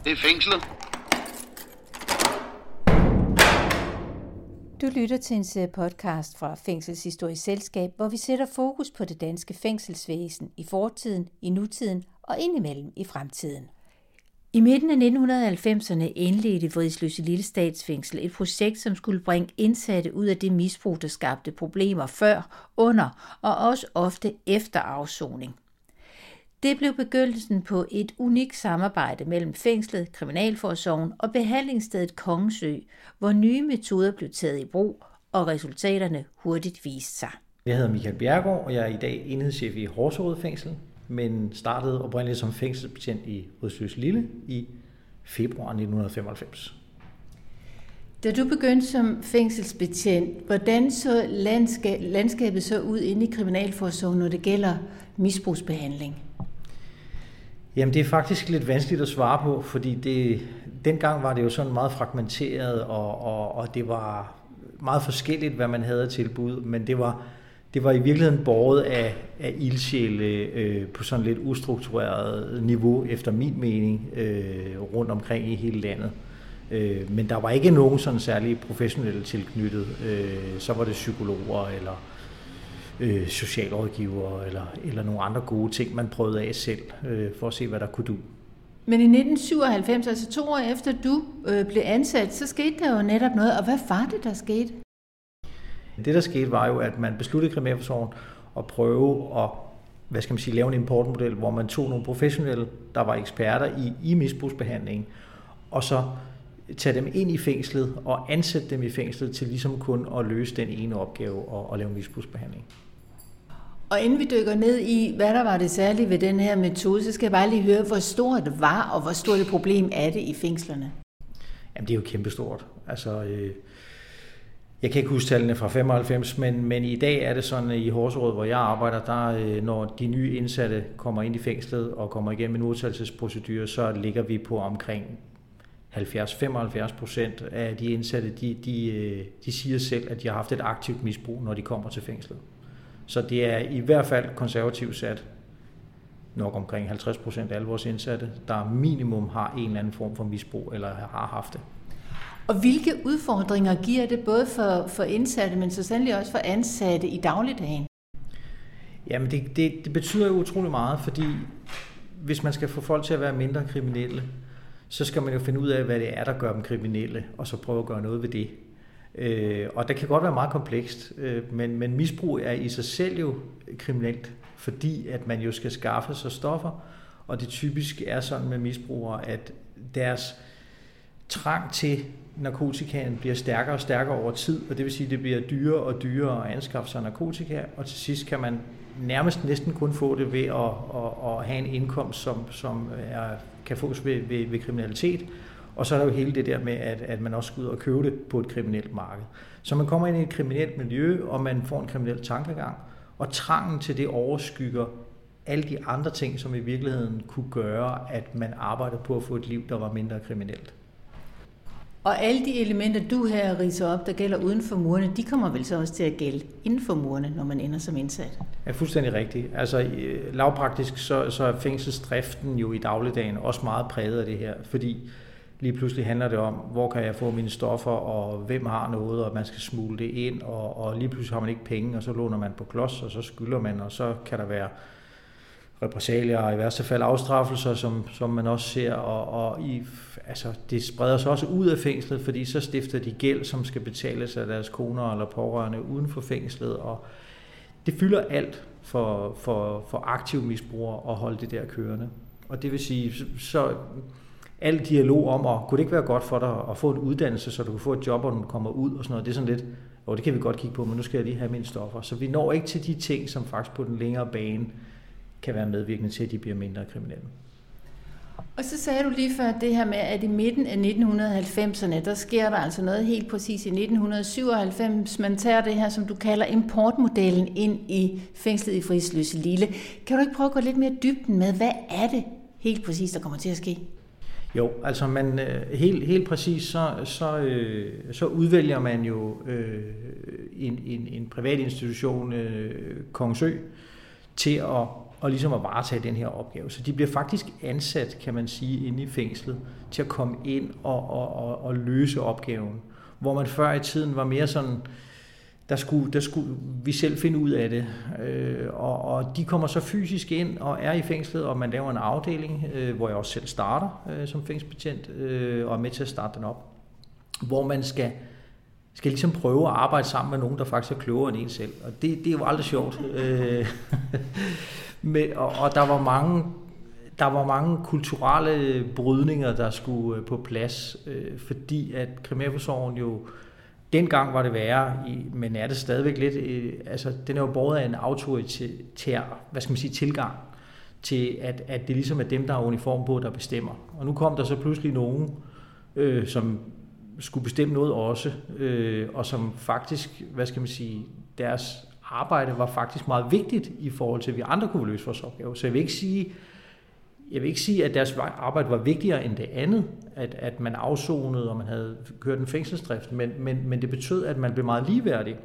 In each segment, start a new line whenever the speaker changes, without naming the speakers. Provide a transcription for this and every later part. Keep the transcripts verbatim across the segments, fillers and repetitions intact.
Det er fængslet.
Du lytter til en serie podcast fra Fængselshistorisk Selskab, hvor vi sætter fokus på det danske fængselsvæsen i fortiden, i nutiden og indimellem i fremtiden. I midten af nitten halvfemserne indledte Vridsløselille Statsfængsel et projekt, som skulle bringe indsatte ud af det misbrug, der skabte problemer før, under og også ofte efter afsoning. Det blev begyndelsen på et unikt samarbejde mellem fængslet, Kriminalforsorgen og behandlingsstedet Kongensø, hvor nye metoder blev taget i brug, og resultaterne hurtigt viste sig.
Jeg hedder Michael Bjerregaard, og jeg er i dag enhedschef i Horserød Fængsel, men startede oprindeligt som fængselsbetjent i Vridsløselille i februar nitten femoghalvfems.
Da du begyndte som fængselsbetjent, hvordan så landskabet så ud inde i Kriminalforsorgen, når det gælder misbrugsbehandling?
Jamen det er faktisk lidt vanskeligt at svare på, fordi det, dengang var det jo sådan meget fragmenteret, og, og, og det var meget forskelligt, hvad man havde af tilbud, men det var, det var i virkeligheden båret af, af ildsjæle øh, på sådan lidt ustruktureret niveau, efter min mening, øh, rundt omkring i hele landet. Øh, men der var ikke nogen sådan særlige professionelle tilknyttet. Øh, så var det psykologer eller øh, socialrådgivere eller, eller nogle andre gode ting, man prøvede af selv, øh, for at se, hvad der kunne du.
Men i nitten syvoghalvfems, altså to år efter du øh, blev ansat, så skete der jo netop noget. Og hvad var det, der skete?
Det, der skete, var jo, at man besluttede i Kriminalforsorgen at prøve at hvad skal man sige, lave en importmodel, hvor man tog nogle professionelle, der var eksperter i, i misbrugsbehandling, og så tage dem ind i fængslet og ansætte dem i fængslet til ligesom kun at løse den ene opgave og, og lave misbrugsbehandling.
Og inden vi dykker ned i, hvad der var det særlige ved den her metode, så skal jeg bare lige høre, hvor stort det var, og hvor stort et problem er det i fængslerne?
Jamen det er jo kæmpestort. Altså, øh, jeg kan ikke huske tallene fra femoghalvfems, men, men i dag er det sådan, at i Horserød, hvor jeg arbejder, der, øh, når de nye indsatte kommer ind i fængslet og kommer igennem en udtalelsesprocedure, så ligger vi på omkring halvfjerds til femoghalvfjerds procent af de indsatte, de, de, de siger selv, at de har haft et aktivt misbrug, når de kommer til fængslet. Så det er i hvert fald konservativt sat nok omkring halvtreds procent af alle vores indsatte, der minimum har en eller anden form for misbrug eller har haft det.
Og hvilke udfordringer giver det både for, for indsatte, men så sandelig også for ansatte i dagligdagen?
Jamen det, det, det betyder jo utrolig meget, fordi hvis man skal få folk til at være mindre kriminelle, så skal man jo finde ud af, hvad det er, der gør dem kriminelle, og så prøve at gøre noget ved det. Øh, og det kan godt være meget komplekst, øh, men, men misbrug er i sig selv jo kriminelt, fordi at man jo skal skaffe sig stoffer, og det typisk er sådan med misbrugere, at deres trang til narkotikaen bliver stærkere og stærkere over tid, og det vil sige, at det bliver dyrere og dyrere at anskaffe sig narkotika, og til sidst kan man nærmest næsten kun få det ved at, at, at have en indkomst, som, som er, kan fås ved, ved, ved kriminalitet. Og så er der jo hele det der med, at, at man også skal ud og købe det på et kriminelt marked. Så man kommer ind i et kriminelt miljø, og man får en kriminel tankegang, og trangen til det overskygger alle de andre ting, som i virkeligheden kunne gøre, at man arbejder på at få et liv, der var mindre kriminelt.
Og alle de elementer, du her ridser op, der gælder uden for murene, de kommer vel så også til at gælde inden for murene, når man ender som indsat?
Ja, fuldstændig rigtigt. Altså lavpraktisk, så, så er fængselsdriften jo i dagligdagen også meget præget af det her, fordi lige pludselig handler det om, hvor kan jeg få mine stoffer, og hvem har noget, og man skal smule det ind, og, og lige pludselig har man ikke penge, og så låner man på klods, og så skylder man, og så kan der være repressalier og i værste fald afstraffelser, som, som man også ser, og, og i, altså, det spreder sig også ud af fængslet, fordi så stifter de gæld, som skal betales af deres koner eller pårørende uden for fængslet, og det fylder alt for, for, for aktive misbrugere at holde det der kørende. Og det vil sige, så al dialog om, og kunne det ikke være godt for dig at få en uddannelse, så du kan få et job, og du kommer ud og sådan noget, det er sådan lidt, jo, det kan vi godt kigge på, men nu skal jeg lige have mine stoffer. Så vi når ikke til de ting, som faktisk på den længere bane kan være medvirkende til, at de bliver mindre kriminelle.
Og så sagde du lige før det her med, at i midten af nitten halvfemserne, der sker der altså noget helt præcis i nitten syvoghalvfems. Man tager det her, som du kalder importmodellen, ind i fængslet i Vridsløselille. Kan du ikke prøve at gå lidt mere dybden med, hvad er det helt præcis, der kommer til at ske?
Jo, altså man helt, helt præcis, så, så, øh, så udvælger man jo øh, en, en, en privat institution, øh, Kongensø, til at, og ligesom at varetage den her opgave. Så de bliver faktisk ansat, kan man sige, inde i fængslet til at komme ind og, og, og, og løse opgaven. Hvor man før i tiden var mere sådan, der skulle, der skulle vi selv finde ud af det. Øh, og, og de kommer så fysisk ind og er i fængslet, og man laver en afdeling, øh, hvor jeg også selv starter øh, som fængselsbetjent, øh, og er med til at starte den op. Hvor man skal, skal ligesom prøve at arbejde sammen med nogen, der faktisk er klogere end en selv. Og det, det er jo aldrig sjovt. Øh, med, og, og der var mange... Der var mange kulturelle brydninger, der skulle på plads, øh, fordi at kriminalforsorgen jo, dengang var det værre, men er det stadigvæk lidt, øh, altså den er jo båret af en autoritær, hvad skal man sige, tilgang til, at, at det ligesom er dem, der har uniform på, der bestemmer. Og nu kom der så pludselig nogen, øh, som skulle bestemme noget også, øh, og som faktisk, hvad skal man sige, deres arbejde var faktisk meget vigtigt i forhold til, at vi andre kunne løse vores opgave. Så jeg vil ikke sige, Jeg vil ikke sige, at deres arbejde var vigtigere end det andet, at, at man afsonede, og man havde kørt en fængselsdrift, men, men, men det betød, at man blev meget ligeværdig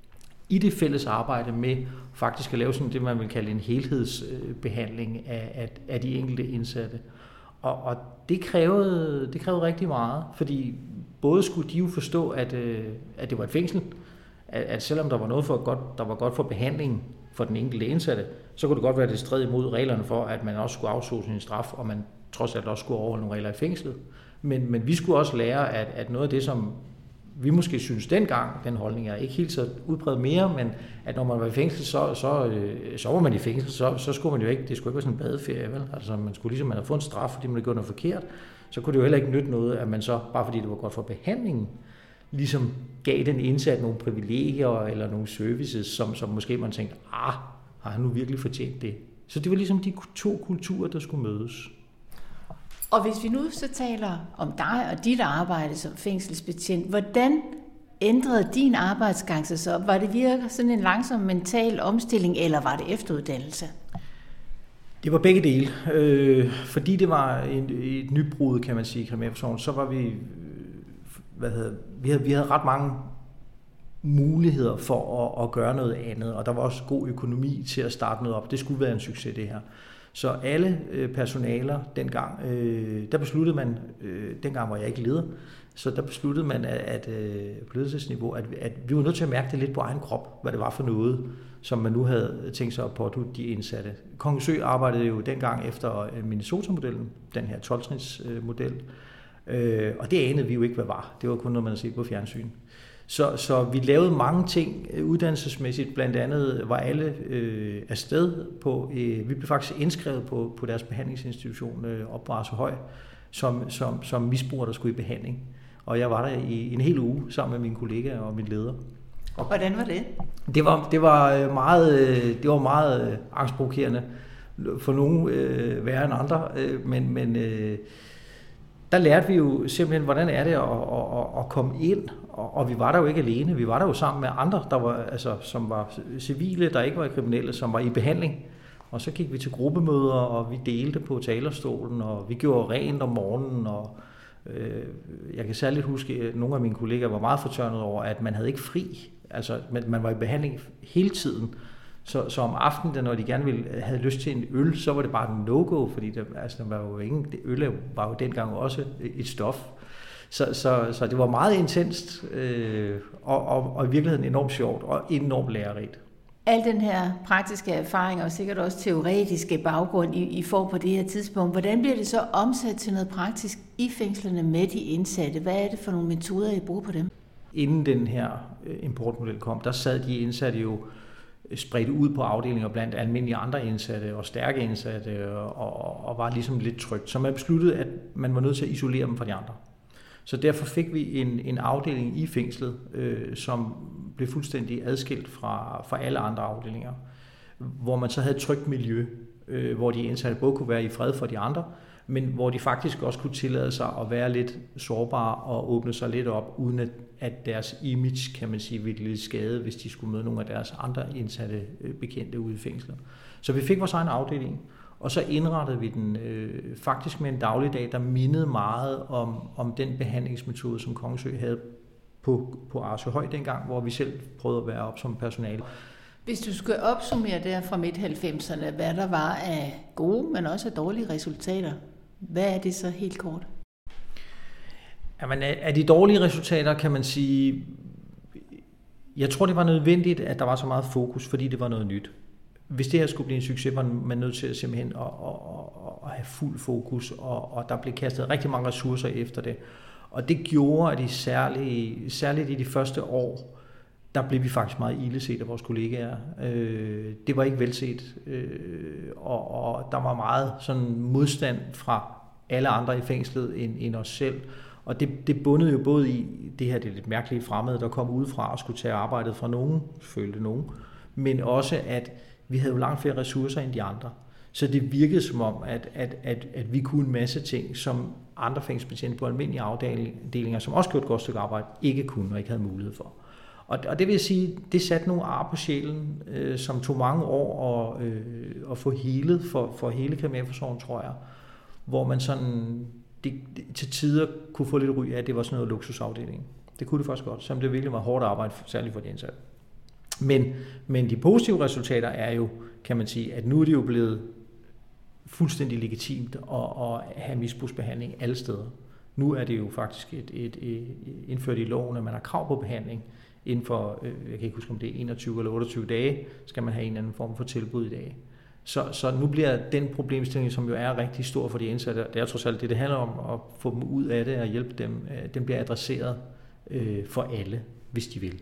i det fælles arbejde med faktisk at lave sådan det, man vil kalde en helhedsbehandling af, af, af de enkelte indsatte. Og, og det, krævede, det krævede rigtig meget, fordi både skulle de jo forstå, at, at det var et fængsel, at, at selvom der var noget for godt, der var godt for behandlingen for den enkelte indsatte, så kunne det godt være, at det stred imod reglerne for, at man også skulle afsone sin straf, og man trods alt også skulle overholde nogle regler i fængslet. Men, men vi skulle også lære, at, at noget af det, som vi måske synes dengang, den holdning er ikke helt så udbredt mere, men at når man var i fængsel, så, så, øh, så var man i fængsel, så, så skulle man jo ikke, det skulle ikke være sådan en badeferie, vel? Altså man skulle ligesom, man havde fået en straf, fordi man havde gjort noget forkert, så kunne det jo heller ikke nytte noget, at man så, bare fordi det var godt for behandlingen, ligesom gav den indsatte nogle privilegier eller nogle services, som, som måske man tænkte, ah, har han nu virkelig fortjent det? Så det var ligesom de to kulturer, der skulle mødes.
Og hvis vi nu så taler om dig og dit arbejde som fængselsbetjent, hvordan ændrede din arbejdsgang sig så? Var det virkelig sådan en langsom mental omstilling, eller var det efteruddannelse?
Det var begge dele. Øh, fordi det var en, et nybrud, kan man sige, i kriminalforsorgen, så var vi, hvad hedder, vi havde, vi havde ret mange muligheder for at, at gøre noget andet, og der var også god økonomi til at starte noget op. Det skulle være en succes, det her. Så alle øh, personaler dengang, øh, der besluttede man, øh, dengang var jeg ikke leder, så der besluttede man, at, at øh, på ledelsesniveau, at, at vi var nødt til at mærke det lidt på egen krop, hvad det var for noget, som man nu havde tænkt sig at pådutte de indsatte. Kongens Sø arbejdede jo dengang efter Minnesota-modellen, den her tolv-trins-model, øh, og det anede vi jo ikke, hvad var. Det var kun noget, man havde set på fjernsyn. Så, så vi lavede mange ting uddannelsesmæssigt, blandt andet var alle øh, afsted på, øh, vi blev faktisk indskrevet på, på deres behandlingsinstitution øh, op på Arsøhøj, som, som, som misbrugere, der skulle i behandling. Og jeg var der i en hel uge sammen med mine kollegaer og min leder.
Og hvordan var det?
Det var, det var meget, det var meget angstprovokerende, for nogle øh, værre end andre, øh, men, men øh, der lærte vi jo simpelthen, hvordan er det at, at, at komme ind, og, og vi var der jo ikke alene, vi var der jo sammen med andre, der var, altså, som var civile, der ikke var kriminelle, som var i behandling. Og så gik vi til gruppemøder, og vi delte på talerstolen, og vi gjorde rent om morgenen, og øh, jeg kan særligt huske, at nogle af mine kollegaer var meget fortørnet over, at man havde ikke fri. Altså, man var i behandling hele tiden. Så, så om aftenen, når de gerne ville, havde lyst til en øl, så var det bare en no-go, fordi der, altså, der var jo ingen, øl var jo dengang også et stof. Så, så, så det var meget intenst, øh, og, og, og i virkeligheden enormt sjovt og enormt lærerigt.
Al den her praktiske erfaring og sikkert også teoretiske baggrund, I, I får på det her tidspunkt, hvordan bliver det så omsat til noget praktisk i fængslerne med de indsatte? Hvad er det for nogle metoder, I bruger på dem?
Inden den her importmodel kom, der sad de indsatte jo spredt ud på afdelinger blandt almindelige andre indsatte og stærke indsatte og, og, og var ligesom lidt trygt. Så man besluttede, at man var nødt til at isolere dem fra de andre. Så derfor fik vi en, en afdeling i fængslet, øh, som blev fuldstændig adskilt fra, fra alle andre afdelinger, hvor man så havde et trygt miljø, øh, hvor de indsatte både kunne være i fred for de andre, men hvor de faktisk også kunne tillade sig at være lidt sårbare og åbne sig lidt op, uden at, at deres image, kan man sige, ville lide skade, hvis de skulle møde nogle af deres andre indsatte øh, bekendte ude i fængslet. Så vi fik vores egen afdeling, og så indrettede vi den øh, faktisk med en dagligdag, der mindede meget om, om den behandlingsmetode, som Kongens Sø havde på, på Arsøhøj dengang, hvor vi selv prøvede at være op som personale.
Hvis du skal opsummere der fra midt halvfemserne, hvad der var af gode, men også af dårlige resultater, hvad er det så helt kort?
Jamen, af de dårlige resultater kan man sige, jeg tror det var nødvendigt, at der var så meget fokus, fordi det var noget nyt. Hvis det her skulle blive en succes, var man nødt til at simpelthen at, at, at, at have fuld fokus, og, og der blev kastet rigtig mange ressourcer efter det. Og det gjorde, at i særligt, særligt i de første år, der blev vi faktisk meget ildeset af vores kollegaer. Øh, det var ikke velset, øh, og, og der var meget sådan modstand fra alle andre i fængslet end, end os selv. Og det, det bundede jo både i det her det lidt mærkelige fremmede, der kom udefra og skulle tage arbejdet fra nogen, følte nogen, men også at vi havde jo langt flere ressourcer end de andre. Så det virkede som om, at, at, at, at vi kunne en masse ting, som andre fængselsbetjente på almindelige afdelinger, som også gjorde et godt stykke arbejde, ikke kunne og ikke havde mulighed for. Og, og det vil jeg sige, det satte nogle ar på sjælen, øh, som tog mange år at, øh, at få helet for, for hele kriminalforsorgen, tror jeg, hvor man sådan det, det, til tider kunne få lidt ry af, at det var sådan noget luksusafdeling. Det kunne det faktisk godt, som det virkelig var hårdt arbejde, særligt for de indsatte. Men, men de positive resultater er jo, kan man sige, at nu er det jo blevet fuldstændig legitimt at, at have misbrugsbehandling alle steder. Nu er det jo faktisk et, et, et, indført i loven, at man har krav på behandling inden for, jeg kan ikke huske om det er enogtyve eller otteogtyve dage, skal man have en eller anden form for tilbud i dag. Så, så nu bliver den problemstilling, som jo er rigtig stor for de indsatte, det er trods alt det, det handler om at få dem ud af det og hjælpe dem, den bliver adresseret øh, for alle, hvis de vil.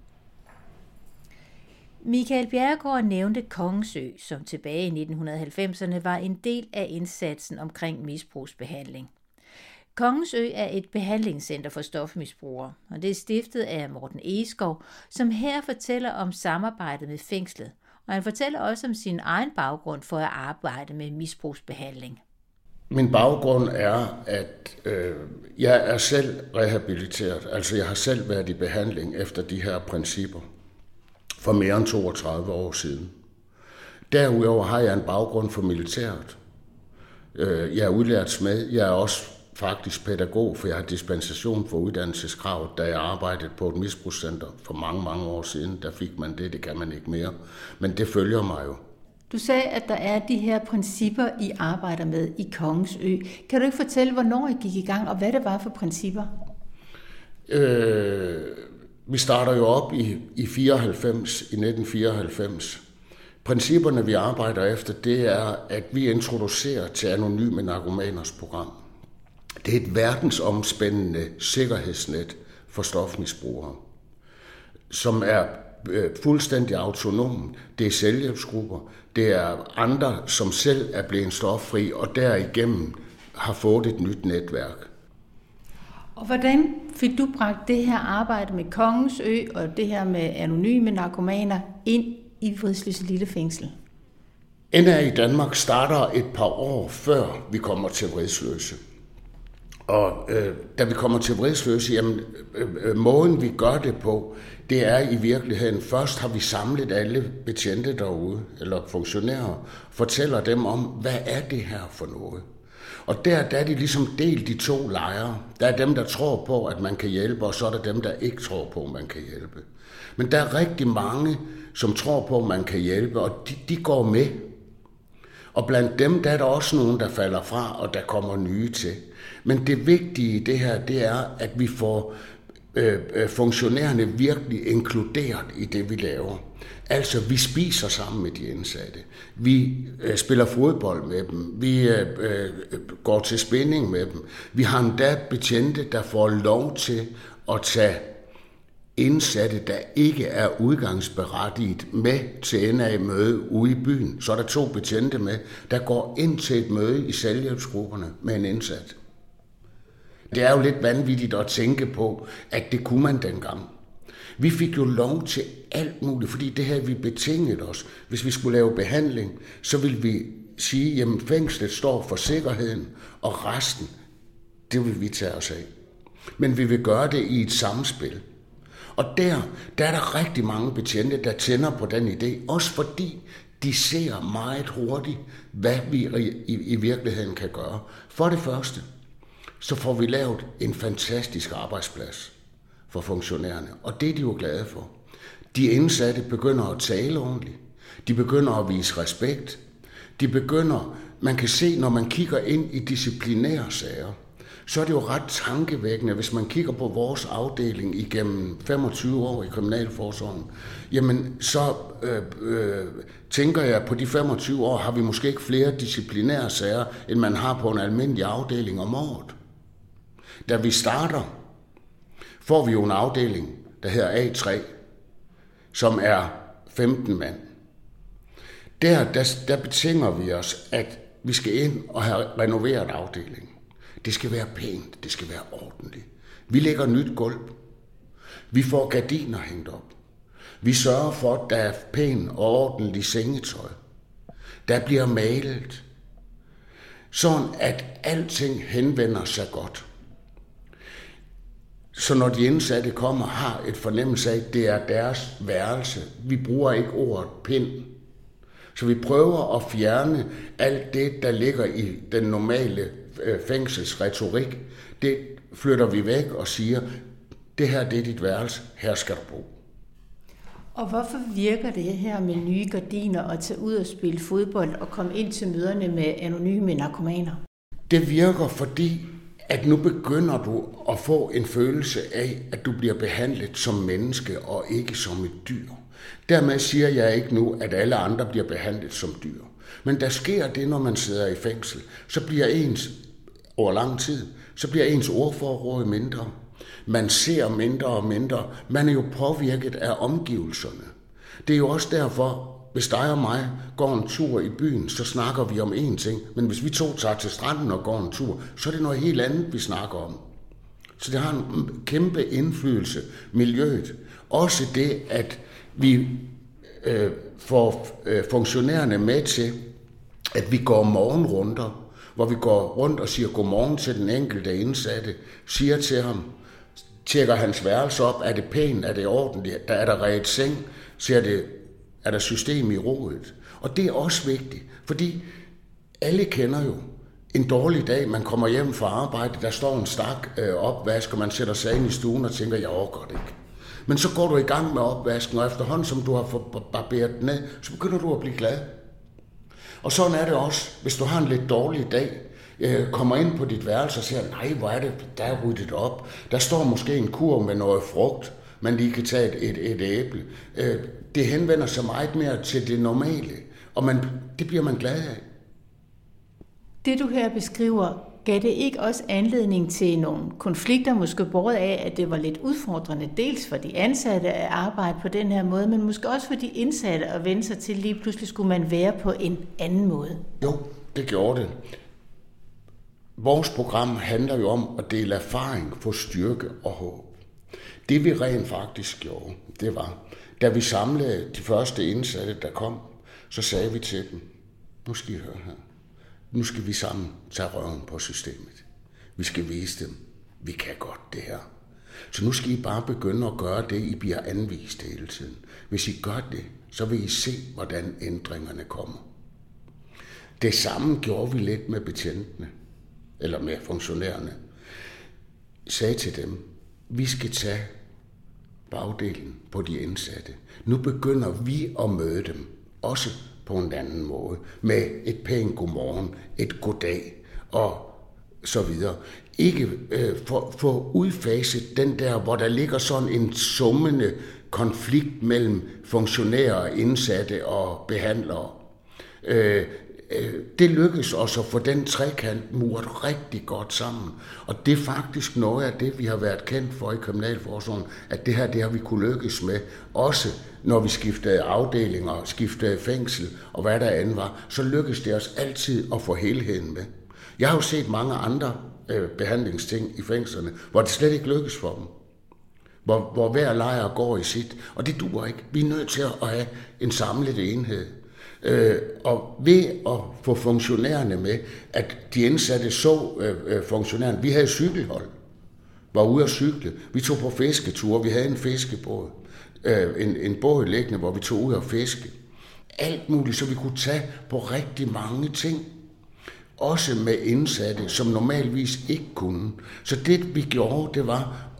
Michael Bjerregaard nævnte Kongensø, som tilbage i nitten halvfemserne var en del af indsatsen omkring misbrugsbehandling. Kongensø er et behandlingscenter for stofmisbrugere, og det er stiftet af Morten Egeskov, som her fortæller om samarbejdet med fængslet, og han fortæller også om sin egen baggrund for at arbejde med misbrugsbehandling.
Min baggrund er, at øh, jeg er selv rehabiliteret, altså jeg har selv været i behandling efter de her principper for mere end toogtredive år siden. Derudover har jeg en baggrund for militæret. Øh, jeg er udlært smed, jeg er også faktisk pædagog, for jeg har dispensation for uddannelseskravet, da jeg arbejdede på et misbrugscenter for mange, mange år siden. Der fik man det, det kan man ikke mere. Men det følger mig jo.
Du sagde, at der er de her principper, I arbejder med i Kongensø. Kan du ikke fortælle, hvornår I gik i gang, og hvad det var for principper?
Øh, vi starter jo op i, i fireoghalvfems, i nitten fireoghalvfems. Principperne, vi arbejder efter, det er, at vi introducerer til anonyme narkomaners program. Det er et verdensomspændende sikkerhedsnet for stofmisbrugere, som er fuldstændig autonom. Det er selvhjælpsgrupper, det er andre, som selv er blevet stoffri og derigennem har fået et nyt netværk.
Og hvordan fik du bragt det her arbejde med Kongensø og det her med anonyme narkomaner ind i Vridsløse Lille Fængsel?
N R i Danmark starter et par år før vi kommer til Vridsløse. Og øh, da vi kommer til Vridsløse, jamen, øh, måden vi gør det på, det er i virkeligheden, først har vi samlet alle betjente derude, eller funktionærer, fortæller dem om, hvad er det her for noget. Og der, der er de ligesom delt i to lejre. Der er dem, der tror på, at man kan hjælpe, og så er der dem, der ikke tror på, at man kan hjælpe. Men der er rigtig mange, som tror på, at man kan hjælpe, og de, de går med. Og blandt dem, der er der også nogen, der falder fra, og der kommer nye til. Men det vigtige i det her, det er, at vi får øh, funktionærerne virkelig inkluderet i det, vi laver. Altså, vi spiser sammen med de indsatte. Vi øh, spiller fodbold med dem. Vi øh, øh, går til spænding med dem. Vi har endda betjente, der får lov til at tage indsatte, der ikke er udgangsberettiget med til N A-møde ude i byen. Så er der to betjente med, der går ind til et møde i selvhjælpsgrupperne med en indsat. Det er jo lidt vanvittigt at tænke på, at det kunne man dengang. Vi fik jo lov til alt muligt, fordi det her vi betinget os. Hvis vi skulle lave behandling, så ville vi sige, at fængslet står for sikkerheden, og resten, det vil vi tage os af. Men vi vil gøre det i et samspil. Og der, der er der rigtig mange betjente, der tænder på den idé, også fordi de ser meget hurtigt, hvad vi i, i virkeligheden kan gøre. For det første, så får vi lavet en fantastisk arbejdsplads for funktionærerne, og det er de jo glade for. De indsatte begynder at tale ordentligt. De begynder at vise respekt. De begynder, man kan se, når man kigger ind i disciplinære sager, så er det jo ret tankevækkende, hvis man kigger på vores afdeling igennem femogtyve år i Kriminalforsorgen, jamen så øh, øh, tænker jeg, på de femogtyve år har vi måske ikke flere disciplinære sager, end man har på en almindelig afdeling om året. Da vi starter, får vi jo en afdeling, der hedder A tre, som er femten mand. Der, der, der betinger vi os, at vi skal ind og have renoveret afdelingen. Det skal være pænt, det skal være ordentligt. Vi lægger nyt gulv. Vi får gardiner hængt op. Vi sørger for, at der er pæn og ordentlig sengetøj. Der bliver malet. Sådan at alting henvender sig godt. Så når de indsatte kommer, har et fornemmelse af, at det er deres værelse. Vi bruger ikke ordet pind. Så vi prøver at fjerne alt det, der ligger i den normale fængselsretorik. Det flytter vi væk og siger, det her det er dit værelse, her skal du bo.
Og hvorfor virker det her med nye gardiner og tage ud og spille fodbold og komme ind til møderne med anonyme narkomaner?
Det virker, fordi at nu begynder du at få en følelse af, at du bliver behandlet som menneske og ikke som et dyr. Dermed siger jeg ikke nu, at alle andre bliver behandlet som dyr. Men der sker det, når man sidder i fængsel. Så bliver ens, over lang tid, så bliver ens ordforråd mindre. Man ser mindre og mindre. Man er jo påvirket af omgivelserne. Det er jo også derfor, hvis dig og mig går en tur i byen, så snakker vi om én ting. Men hvis vi to tager til stranden og går en tur, så er det noget helt andet, vi snakker om. Så det har en kæmpe indflydelse, miljøet. Også det, at vi øh, får øh, funktionærerne med til, at vi går morgenrunder, hvor vi går rundt og siger godmorgen til den enkelte indsatte, siger til ham, tjekker hans værelse op, er det pænt, er det ordentligt, der er der redt seng, siger det, er der system i rodet. Og det er også vigtigt, fordi alle kender jo en dårlig dag, man kommer hjem fra arbejde, der står en stak øh, opvask, og man sætter sig ind i stuen og tænker, jeg overgår det ikke. Men så går du i gang med opvasken, og efterhånden som du har fået barberet den ned, så begynder du at blive glad. Og sådan er det også, hvis du har en lidt dårlig dag, øh, kommer ind på dit værelse og siger, nej, hvor er det, der er ryddet op. Der står måske en kurv med noget frugt, man lige kan tage et, et, et æble. Øh, det henvender sig meget mere til det normale, og man, det bliver man glad af.
Det du her beskriver, gav det ikke også anledning til nogle konflikter, måske båret af, at det var lidt udfordrende, dels for de ansatte at arbejde på den her måde, men måske også for de indsatte at vende sig til, lige pludselig skulle man være på en anden måde?
Jo, det gjorde det. Vores program handler jo om at dele erfaring, få styrke og håb. Det vi rent faktisk gjorde, det var, da vi samlede de første indsatte, der kom, så sagde vi til dem, nu skal I høre her. Nu skal vi sammen tage røven på systemet. Vi skal vise dem, vi kan godt det her. Så nu skal I bare begynde at gøre det, I bliver anvist hele tiden. Hvis I gør det, så vil I se, hvordan ændringerne kommer. Det samme gjorde vi lidt med betjentene, eller med funktionærerne. Jeg sagde til dem, vi skal tage bagdelen på de indsatte. Nu begynder vi at møde dem, også på en anden måde, med et pænt godmorgen, et goddag og så videre. Ikke øh, for, for udfaset den der, hvor der ligger sådan en summende konflikt mellem funktionærer og indsatte og behandlere. Øh, øh, det lykkedes os at få den trekant muret rigtig godt sammen. Og det er faktisk noget af det, vi har været kendt for i Kriminalforsorgen, at det her, det har vi kunne lykkes med, også når vi skiftede afdelinger, skiftede fængsel og hvad der end var, så lykkedes det os altid at få helheden med. Jeg har jo set mange andre øh, behandlingsting i fængslerne, hvor det slet ikke lykkes for dem. Hvor, hvor hver lejr går i sit, og det duer ikke. Vi er nødt til at have en samlet enhed. Øh, og ved at få funktionærerne med, at de indsatte så øh, funktionærerne. Vi havde cykelhold, var ude at cykle. Vi tog på fisketure, vi havde en fiskebåd. En, en båd liggende, hvor vi tog ud og fiske. Alt muligt, så vi kunne tage på rigtig mange ting. Også med indsatte, som normalvis ikke kunne. Så det vi gjorde, det var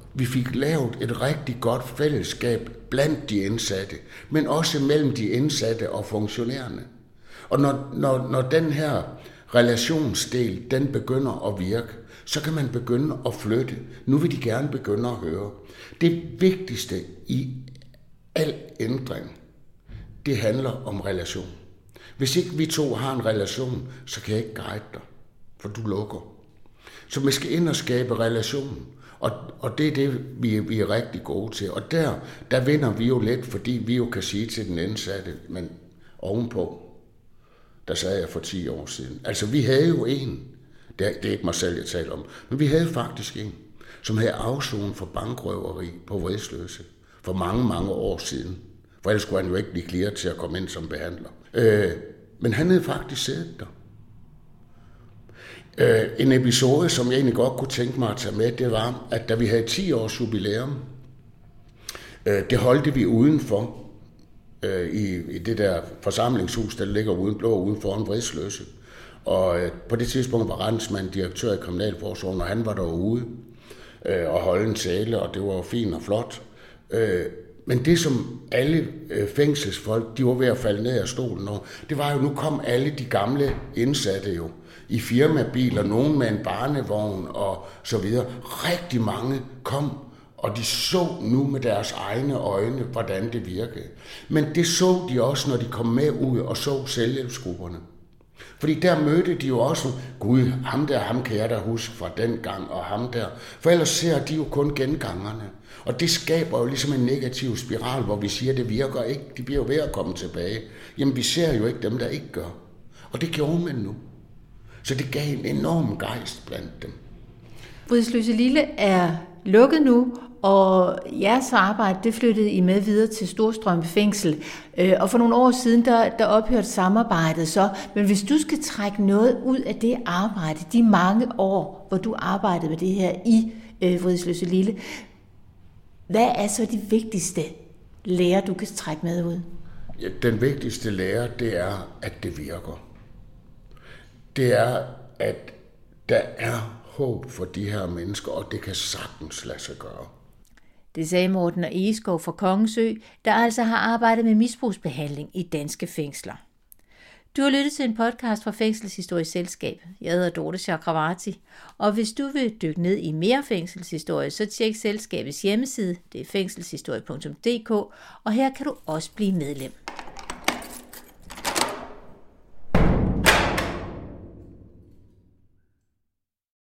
vi fik lavet et rigtig godt fællesskab blandt de indsatte, men også mellem de indsatte og funktionærerne. Og når, når, når den her relationsdel, den begynder at virke, så kan man begynde at flytte. Nu vil de gerne begynde at høre. Det vigtigste i al ændring, det handler om relation. Hvis ikke vi to har en relation, så kan jeg ikke guide dig, for du lukker. Så vi skal ind og skabe relation, og, og det er det, vi, vi er rigtig gode til. Og der, der vinder vi jo lidt, fordi vi jo kan sige til den indsatte, men ovenpå, der sagde jeg for ti år siden. Altså, vi havde jo en, det er, det er ikke mig selv, jeg taler om, men vi havde faktisk en, som havde afsonet for bankrøveri på Vridsløse for mange, mange år siden. For ellers skulle han jo ikke blive clearet til at komme ind som behandler. Øh, men han havde faktisk siddet der. Øh, en episode, som jeg egentlig godt kunne tænke mig at tage med, det var, at da vi havde ti års jubilæum, øh, det holdte vi udenfor, øh, i, i det der forsamlingshus, der ligger uden blå uden foran Vridsløse. Og øh, på det tidspunkt var rensmand direktør i Kriminalforsorgen, og han var derude øh, og holde en tale, og det var jo fint og flot. Øh, Men det, som alle fængselsfolk, de var ved at falde ned af stolen over, det var jo, nu kom alle de gamle indsatte jo i firmabiler, nogen med en barnevogn og så videre. Rigtig mange kom, og de så nu med deres egne øjne, hvordan det virkede. Men det så de også, når de kom med ud og så selvhjælpsgrupperne. Fordi der mødte de jo også, gud, ham der, ham kan jeg da huske fra den gang, og ham der. For ellers ser de jo kun gengangerne. Og det skaber jo ligesom en negativ spiral, hvor vi siger, at det virker ikke. De bliver jo ved at komme tilbage. Jamen, vi ser jo ikke dem, der ikke gør. Og det gjorde man nu. Så det gav en enorm gejst blandt dem.
Vridsløse Lille er lukket nu, og jeres arbejde, det flyttede I med videre til Storstrømpe Fængsel. Og for nogle år siden, der, der ophørte samarbejdet så. Men hvis du skal trække noget ud af det arbejde, de mange år, hvor du arbejdede med det her i øh, Vridsløse Lille, hvad er så de vigtigste lærer, du kan trække med ud?
Ja, den vigtigste lære, det er, at det virker. Det er, at der er håb for de her mennesker, og det kan sagtens lade sig gøre.
Det sagde Morten og Egeskov fra Kongensø, der altså har arbejdet med misbrugsbehandling i danske fængsler. Du har lyttet til en podcast fra Fængselshistorisk Selskab. Jeg hedder Dorte Chakravarty, og hvis du vil dykke ned i mere fængselshistorie, så tjek selskabets hjemmeside, det er fængselshistorie punktum d k, og her kan du også blive medlem.